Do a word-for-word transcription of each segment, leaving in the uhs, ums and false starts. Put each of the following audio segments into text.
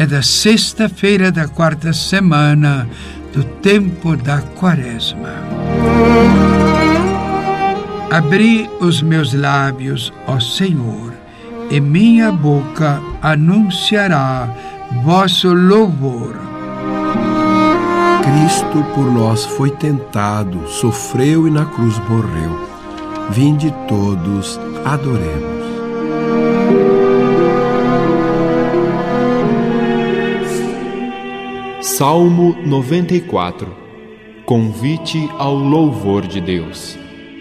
é da sexta-feira da quarta semana do tempo da Quaresma. Abri os meus lábios, ó Senhor, e minha boca anunciará vosso louvor. Cristo por nós foi tentado, sofreu e na cruz morreu. Vinde todos, adoremos. Salmo noventa e quatro. Convite ao louvor de Deus.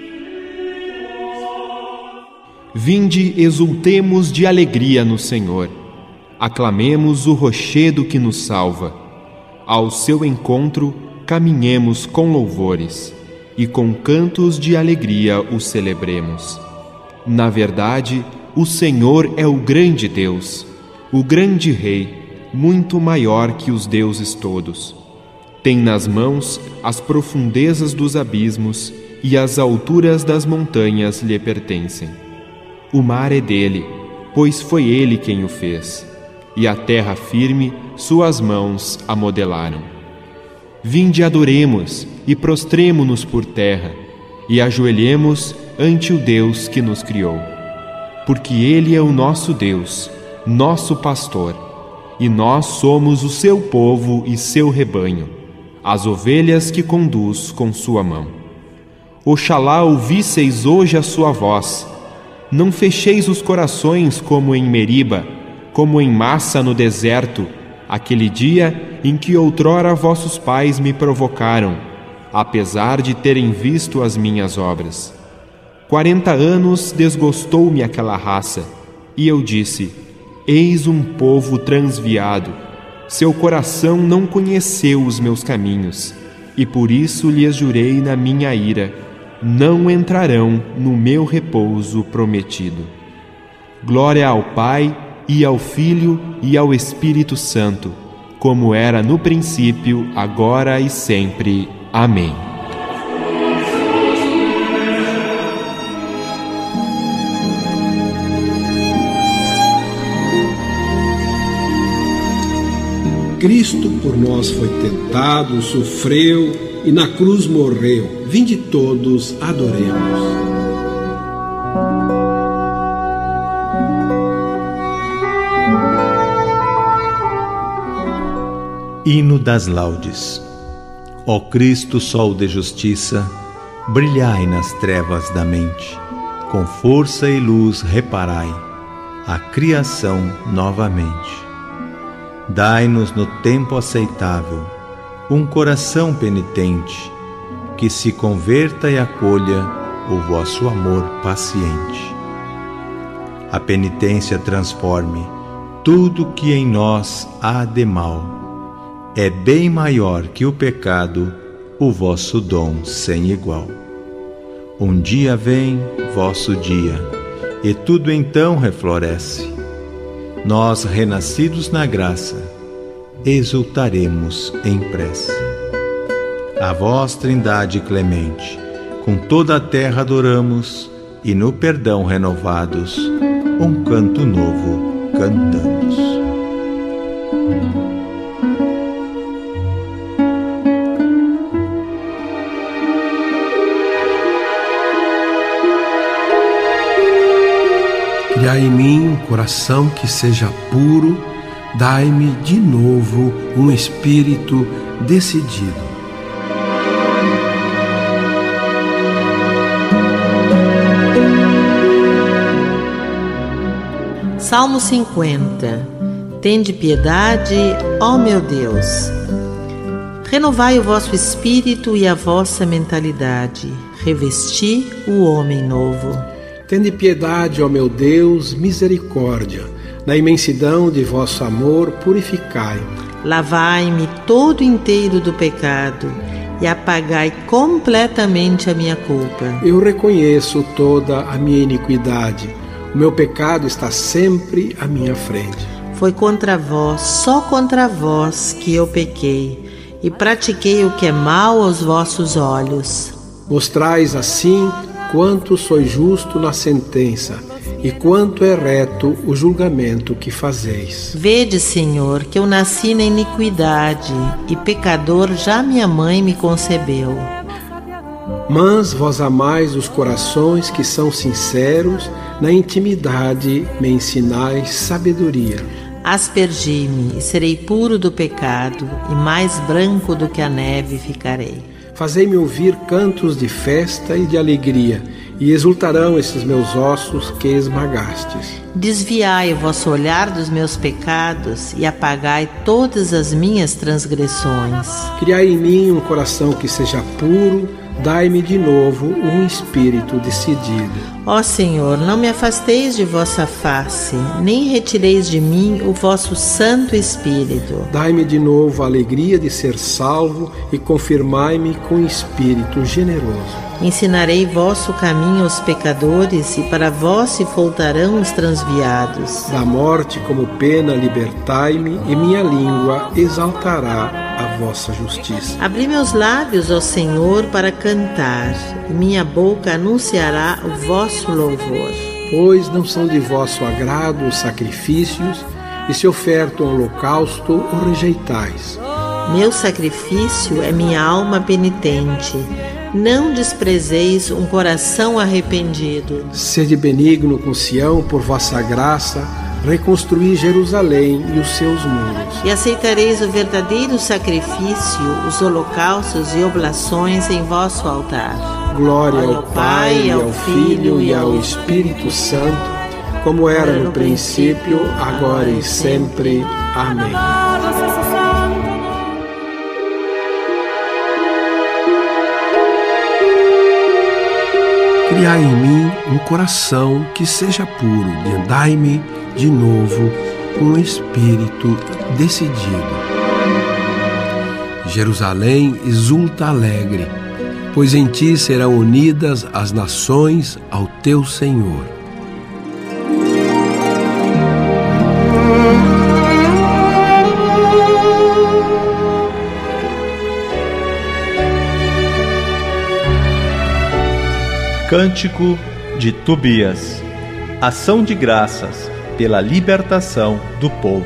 Vinde, exultemos de alegria no Senhor. Aclamemos o rochedo que nos salva. Ao seu encontro, caminhemos com louvores, e com cantos de alegria o celebremos. Na verdade, o Senhor é o grande Deus, o grande Rei, muito maior que os deuses todos. Tem nas mãos as profundezas dos abismos, e as alturas das montanhas lhe pertencem. O mar é dele, pois foi ele quem o fez, e a terra firme suas mãos a modelaram. Vinde, adoremos e prostremo-nos por terra, e ajoelhemos ante o Deus que nos criou. Porque ele é o nosso Deus, nosso pastor, e nós somos o seu povo e seu rebanho, as ovelhas que conduz com sua mão. Oxalá ouvisseis hoje a sua voz. Não fecheis os corações como em Meriba, como em Massa no deserto, aquele dia em que outrora vossos pais me provocaram, apesar de terem visto as minhas obras. Quarenta anos desgostou-me aquela raça, e eu disse: eis um povo transviado. Seu coração não conheceu os meus caminhos, e por isso lhes jurei na minha ira: não entrarão no meu repouso prometido. Glória ao Pai, e ao Filho, e ao Espírito Santo, como era no princípio, agora e sempre. Amém. Cristo por nós foi tentado, sofreu e na cruz morreu. Vinde todos, adoremos. Hino das Laudes. Ó Cristo, sol de justiça, brilhai nas trevas da mente, com força e luz reparai a criação novamente. Dai-nos no tempo aceitável um coração penitente, que se converta e acolha o vosso amor paciente. A penitência transforme tudo que em nós há de mal. É bem maior que o pecado o vosso dom sem igual. Um dia vem vosso dia, e tudo então refloresce. Nós, renascidos na graça, exultaremos em prece. A vós, Trindade clemente, com toda a terra adoramos, e no perdão renovados, um canto novo cantamos. Criai em mim um coração que seja puro, dai-me de novo um espírito decidido. Salmo cinquenta. Tende piedade, ó meu Deus. Renovai o vosso espírito e a vossa mentalidade. Revesti o homem novo. Tende piedade, ó meu Deus, misericórdia. Na imensidão de vosso amor, purificai-me. Lavai-me todo inteiro do pecado e apagai completamente a minha culpa. Eu reconheço toda a minha iniquidade. O meu pecado está sempre à minha frente. Foi contra vós, só contra vós, que eu pequei e pratiquei o que é mal aos vossos olhos. Mostrais assim quanto sois justo na sentença e quanto é reto o julgamento que fazeis. Vede, Senhor, que eu nasci na iniquidade, e pecador já minha mãe me concebeu. Mas vós amais os corações que são sinceros, na intimidade me ensinais sabedoria. Aspergi-me, e serei puro do pecado, e mais branco do que a neve ficarei. Fazei-me ouvir cantos de festa e de alegria, e exultarão esses meus ossos que esmagastes. Desviai o vosso olhar dos meus pecados e apagai todas as minhas transgressões. Criai em mim um coração que seja puro, dai-me de novo um espírito decidido. Ó Senhor, não me afasteis de vossa face, nem retireis de mim o vosso Santo Espírito. Dai-me de novo a alegria de ser salvo e confirmai-me com espírito generoso. Ensinarei vosso caminho aos pecadores, e para vós se voltarão os transviados. Da morte como pena libertai-me, e minha língua exaltará a vossa justiça. Abri meus lábios, ó Senhor, para cantar, e minha boca anunciará o vosso louvor. Pois não são de vosso agrado os sacrifícios, e se oferta um holocausto, o rejeitais. Meu sacrifício é minha alma penitente. Não desprezeis um coração arrependido. Sede benigno com Sião, por vossa graça, reconstruí Jerusalém e os seus muros. E aceitareis o verdadeiro sacrifício, os holocaustos e oblações em vosso altar. Glória ao Pai, e ao Filho e ao Espírito Santo, como era no princípio, agora e sempre. Amém. Criai em mim um coração que seja puro, e dai-me de novo um espírito decidido. Jerusalém exulta alegre, pois em ti serão unidas as nações ao teu Senhor. Cântico de Tobias. Ação de graças pela libertação do povo.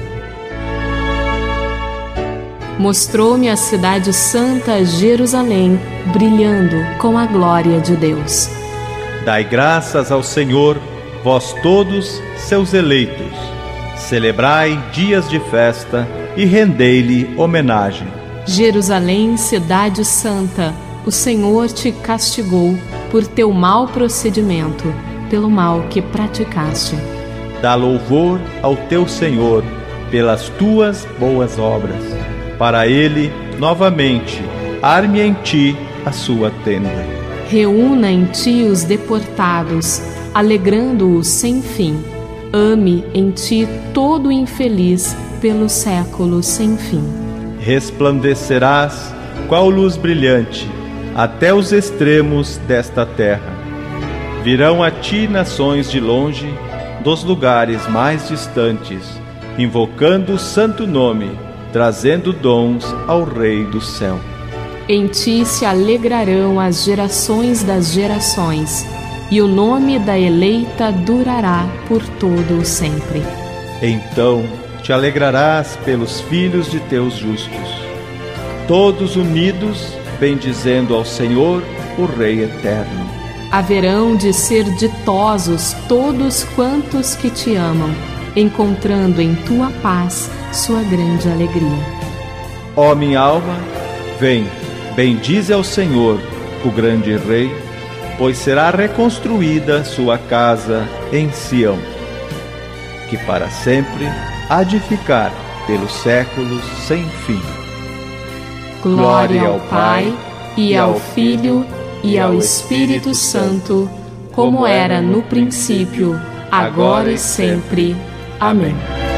Mostrou-me a cidade santa Jerusalém, brilhando com a glória de Deus. Dai graças ao Senhor, vós todos seus eleitos. Celebrai dias de festa e rendei-lhe homenagem. Jerusalém, cidade santa, o Senhor te castigou por teu mau procedimento, pelo mal que praticaste. Dá louvor ao teu Senhor pelas tuas boas obras. Para ele, novamente, arme em ti a sua tenda. Reúna em ti os deportados, alegrando-os sem fim. Ame em ti todo infeliz pelos séculos sem fim. Resplandecerás qual luz brilhante até os extremos desta terra. Virão a ti nações de longe, dos lugares mais distantes, invocando o santo nome, trazendo dons ao Rei do céu. Em ti se alegrarão as gerações das gerações, e o nome da eleita durará por todo o sempre. Então te alegrarás pelos filhos de teus justos, todos unidos, bendizendo ao Senhor, o Rei eterno. Haverão de ser ditosos todos quantos que te amam, encontrando em tua paz sua grande alegria. Ó minha alma, vem, bendize ao Senhor, o grande Rei, pois será reconstruída sua casa em Sião, que para sempre há de ficar pelos séculos sem fim. Glória ao Pai, e ao Filho, e ao Espírito Santo, como era no princípio, agora e sempre. Amém.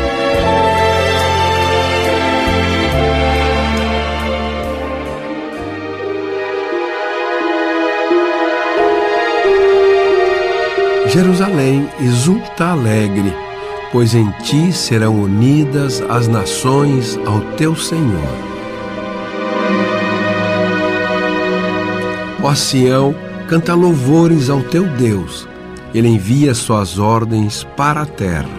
Jerusalém exulta alegre, pois em ti serão unidas as nações ao teu Senhor. Ó Sião, canta louvores ao teu Deus, Ele envia suas ordens para a terra.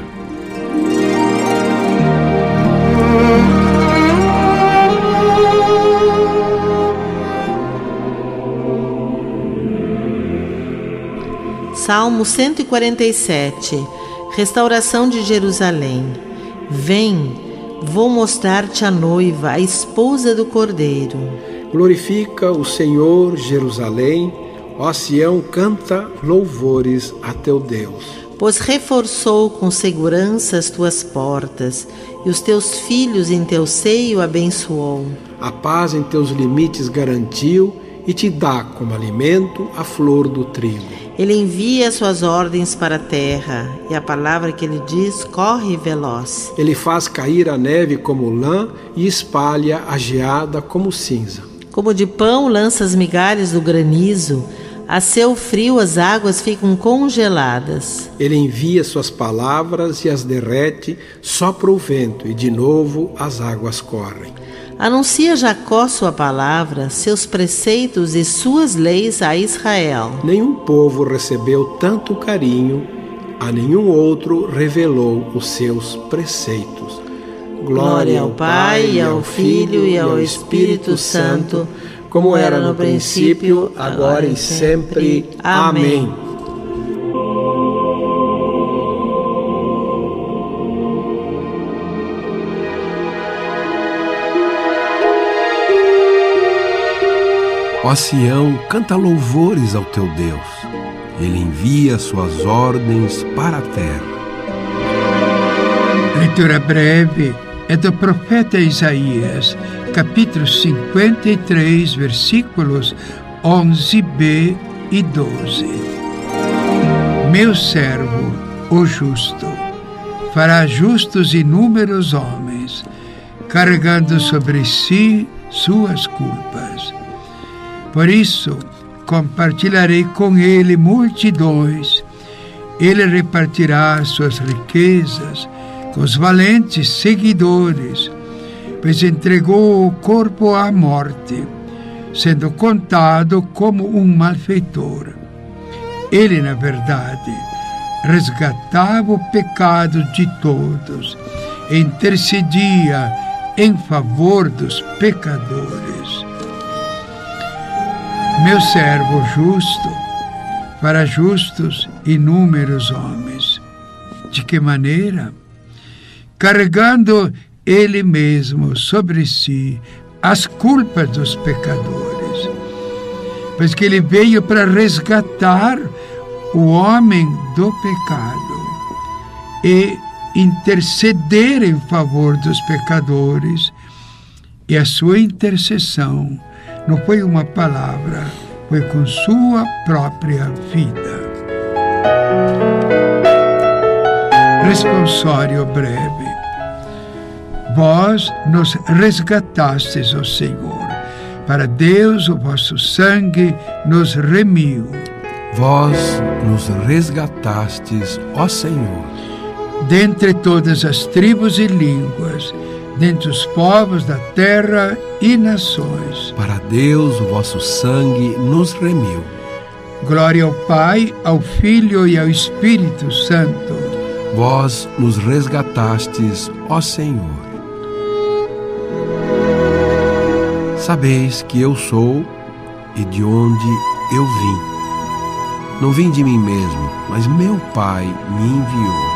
Salmo cento e quarenta e sete. Restauração de Jerusalém. Vem, vou mostrar-te a noiva, a esposa do Cordeiro. Glorifica o Senhor, Jerusalém. Ó Sião, canta louvores a teu Deus. Pois reforçou com segurança as tuas portas, e os teus filhos em teu seio abençoou. A paz em teus limites garantiu, e te dá como alimento a flor do trigo. Ele envia suas ordens para a terra, e a palavra que ele diz corre veloz. Ele faz cair a neve como lã e espalha a geada como cinza. Como de pão lança as migalhas do granizo, a seu frio as águas ficam congeladas. Ele envia suas palavras e as derrete, sopra o vento e de novo as águas correm. Anuncia Jacó sua palavra, seus preceitos e suas leis a Israel. Nenhum povo recebeu tanto carinho, a nenhum outro revelou os seus preceitos. Glória ao Pai, e ao Filho, e ao Espírito Santo, como era no princípio, agora e sempre. Amém. Ó Sião, canta louvores ao teu Deus. Ele envia suas ordens para a terra. Leitura breve é do profeta Isaías, capítulo cinquenta e três, versículos onze b e doze. Meu servo, o justo, fará justos inúmeros homens, carregando sobre si suas culpas. Por isso, compartilharei com ele multidões. Ele repartirá suas riquezas com os valentes seguidores, pois entregou o corpo à morte, sendo contado como um malfeitor. Ele, na verdade, resgatava o pecado de todos e intercedia em favor dos pecadores. Meu servo justo fará justos inúmeros homens. De que maneira? Carregando ele mesmo sobre si as culpas dos pecadores, pois que ele veio para resgatar o homem do pecado e interceder em favor dos pecadores. E a sua intercessão não foi uma palavra, foi com sua própria vida. Responsório breve. Vós nos resgatastes, ó Senhor. Para Deus o vosso sangue nos remiu. Vós nos resgatastes, ó Senhor. Dentre todas as tribos e línguas, dentre os povos da terra e nações. Para Deus o vosso sangue nos remiu. Glória ao Pai, ao Filho e ao Espírito Santo. Vós nos resgatastes, ó Senhor. Sabeis que eu sou e de onde eu vim. Não vim de mim mesmo, mas meu Pai me enviou.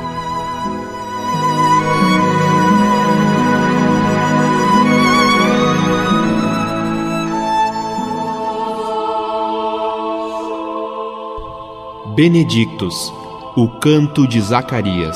Benedictus, o canto de Zacarias.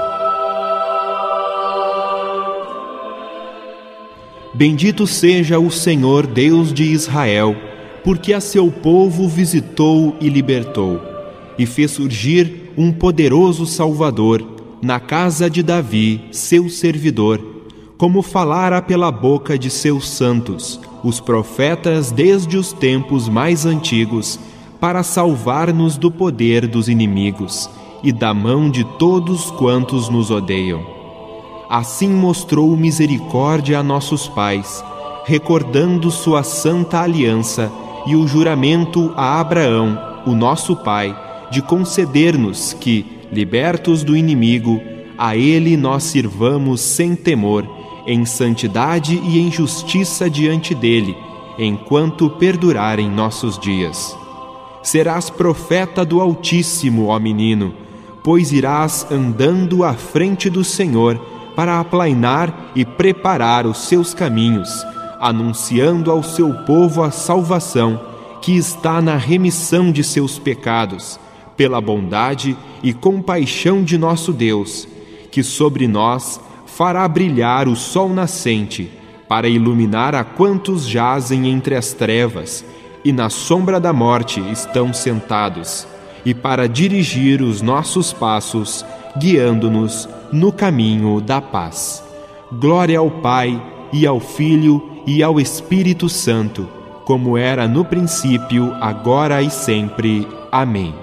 Bendito seja o Senhor Deus de Israel, porque a seu povo visitou e libertou, e fez surgir um poderoso Salvador na casa de Davi, seu servidor, como falara pela boca de seus santos, os profetas desde os tempos mais antigos, para salvar-nos do poder dos inimigos e da mão de todos quantos nos odeiam. Assim mostrou misericórdia a nossos pais, recordando sua santa aliança e o juramento a Abraão, o nosso pai, de conceder-nos que, libertos do inimigo, a Ele nós sirvamos sem temor, em santidade e em justiça diante dele, enquanto perdurarem nossos dias. Serás profeta do Altíssimo, ó menino, pois irás andando à frente do Senhor para aplainar e preparar os seus caminhos, anunciando ao seu povo a salvação que está na remissão de seus pecados, pela bondade e compaixão de nosso Deus, que sobre nós fará brilhar o sol nascente, para iluminar a quantos jazem entre as trevas e na sombra da morte estão sentados, e para dirigir os nossos passos, guiando-nos no caminho da paz. Glória ao Pai, e ao Filho, e ao Espírito Santo, como era no princípio, agora e sempre. Amém.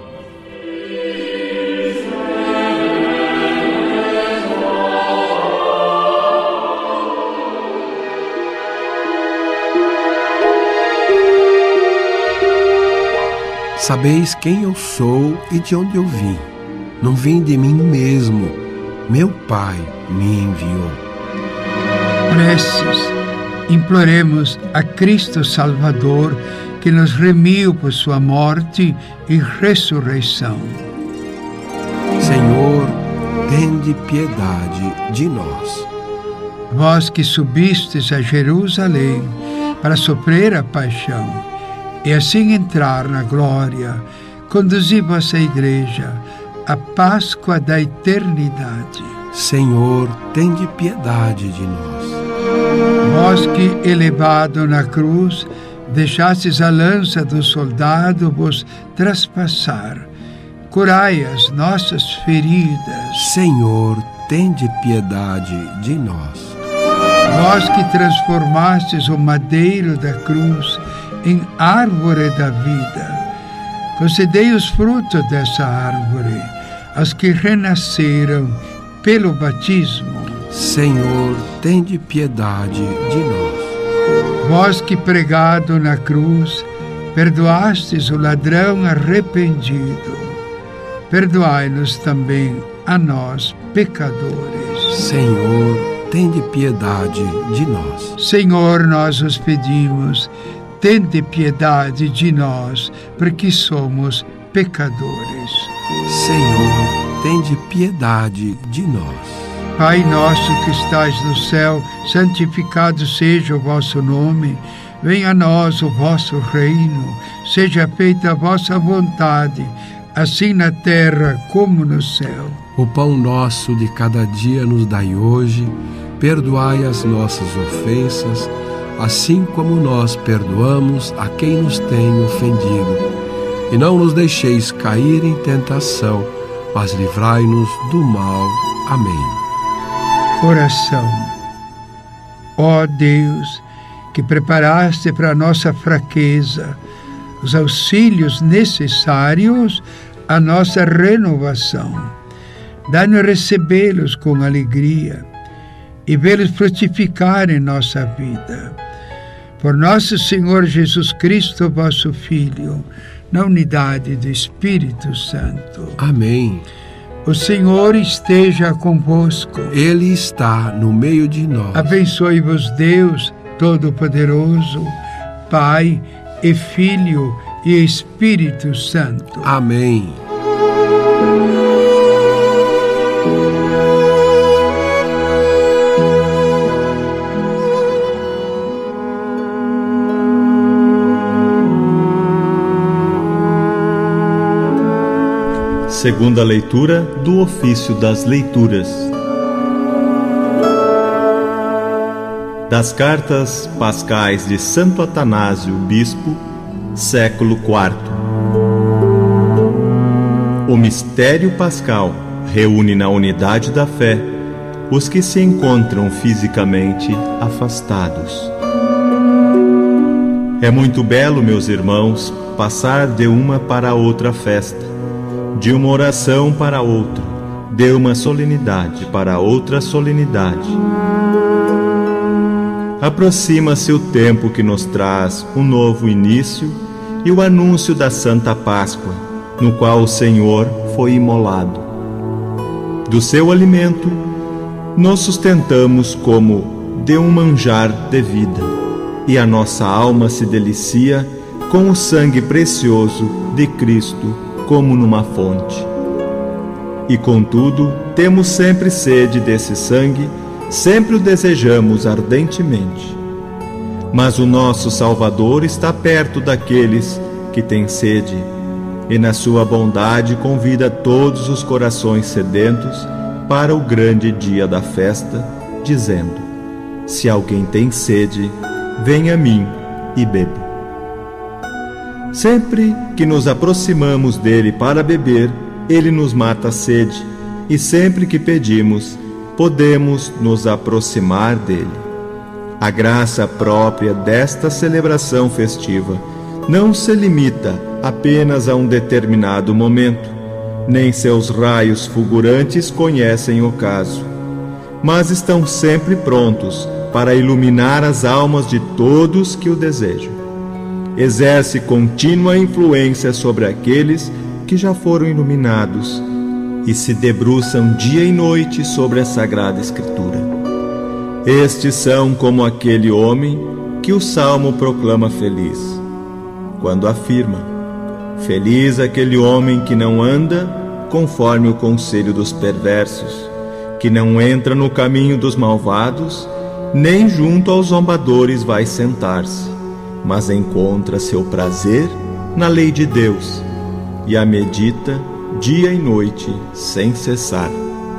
Sabeis quem eu sou e de onde eu vim. Não vim de mim mesmo, meu Pai me enviou. Preces, imploremos a Cristo Salvador, que nos remiu por sua morte e ressurreição. Senhor, tende piedade de nós. Vós que subistes a Jerusalém para sofrer a paixão e assim entrar na glória, conduzi vossa Igreja à Páscoa da eternidade. Senhor, tende piedade de nós. Vós que, elevado na cruz, deixastes a lança do soldado vos traspassar, curai as nossas feridas. Senhor, tende piedade de nós. Vós que transformastes o madeiro da cruz em árvore da vida, concedei os frutos dessa árvore aos que renasceram pelo batismo. Senhor, tende piedade de nós. Vós que, pregado na cruz, perdoastes o ladrão arrependido, perdoai-nos também a nós, pecadores. Senhor, tende piedade de nós. Senhor, nós os pedimos, tende piedade de nós, porque somos pecadores. Senhor, tende piedade de nós. Pai nosso que estais no céu, santificado seja o vosso nome. Venha a nós o vosso reino. Seja feita a vossa vontade, assim na terra como no céu. O pão nosso de cada dia nos dai hoje. Perdoai as nossas ofensas, assim como nós perdoamos a quem nos tem ofendido. E não nos deixeis cair em tentação, mas livrai-nos do mal. Amém. Oração. Ó Deus, que preparaste para a nossa fraqueza os auxílios necessários à nossa renovação, dá-nos recebê-los com alegria e vê-los frutificar em nossa vida. Por nosso Senhor Jesus Cristo, vosso Filho, na unidade do Espírito Santo. Amém. O Senhor esteja convosco. Ele está no meio de nós. Abençoe-vos Deus Todo-Poderoso, Pai e Filho e Espírito Santo. Amém. Segunda leitura do Ofício das Leituras. Das Cartas Pascais de Santo Atanásio, Bispo, século quarto. O mistério pascal reúne na unidade da fé os que se encontram fisicamente afastados. É muito belo, meus irmãos, passar de uma para outra festa, de uma oração para outra, de uma solenidade para outra solenidade. Aproxima-se o tempo que nos traz um novo início e o anúncio da Santa Páscoa, no qual o Senhor foi imolado. Do seu alimento, nos sustentamos como de um manjar de vida, e a nossa alma se delicia com o sangue precioso de Cristo como numa fonte. E contudo, temos sempre sede desse sangue, sempre o desejamos ardentemente. Mas o nosso Salvador está perto daqueles que têm sede, e na sua bondade convida todos os corações sedentos para o grande dia da festa, dizendo: se alguém tem sede, venha a mim e beba. Sempre que nos aproximamos dele para beber, ele nos mata a sede, e sempre que pedimos, podemos nos aproximar dele. A graça própria desta celebração festiva não se limita apenas a um determinado momento, nem seus raios fulgurantes conhecem o caso, mas estão sempre prontos para iluminar as almas de todos que o desejam. Exerce contínua influência sobre aqueles que já foram iluminados e se debruçam dia e noite sobre a Sagrada Escritura. Estes são como aquele homem que o Salmo proclama feliz, quando afirma: feliz aquele homem que não anda conforme o conselho dos perversos, que não entra no caminho dos malvados, nem junto aos zombadores vai sentar-se, mas encontra seu prazer na lei de Deus e a medita dia e noite sem cessar.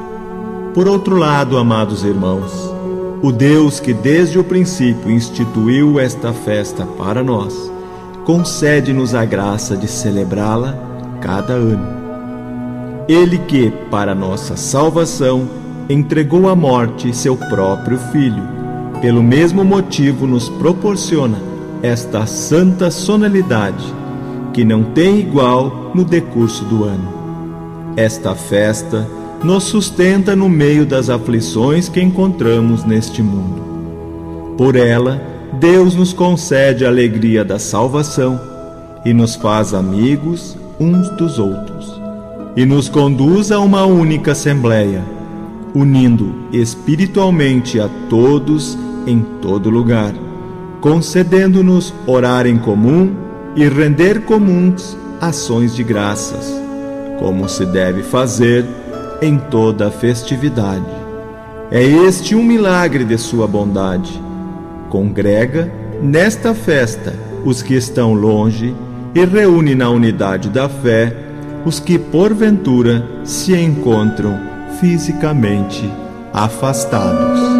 Por outro lado, amados irmãos, o Deus que desde o princípio instituiu esta festa para nós, concede-nos a graça de celebrá-la cada ano. Ele que, para nossa salvação, entregou à morte seu próprio Filho, pelo mesmo motivo nos proporciona esta santa solenidade, que não tem igual no decurso do ano. Esta festa nos sustenta no meio das aflições que encontramos neste mundo. Por ela, Deus nos concede a alegria da salvação e nos faz amigos uns dos outros, e nos conduz a uma única assembleia, unindo espiritualmente a todos em todo lugar, concedendo-nos orar em comum e render comuns ações de graças, como se deve fazer em toda a festividade. É este um milagre de sua bondade. Congrega nesta festa os que estão longe e reúne na unidade da fé os que porventura se encontram fisicamente afastados.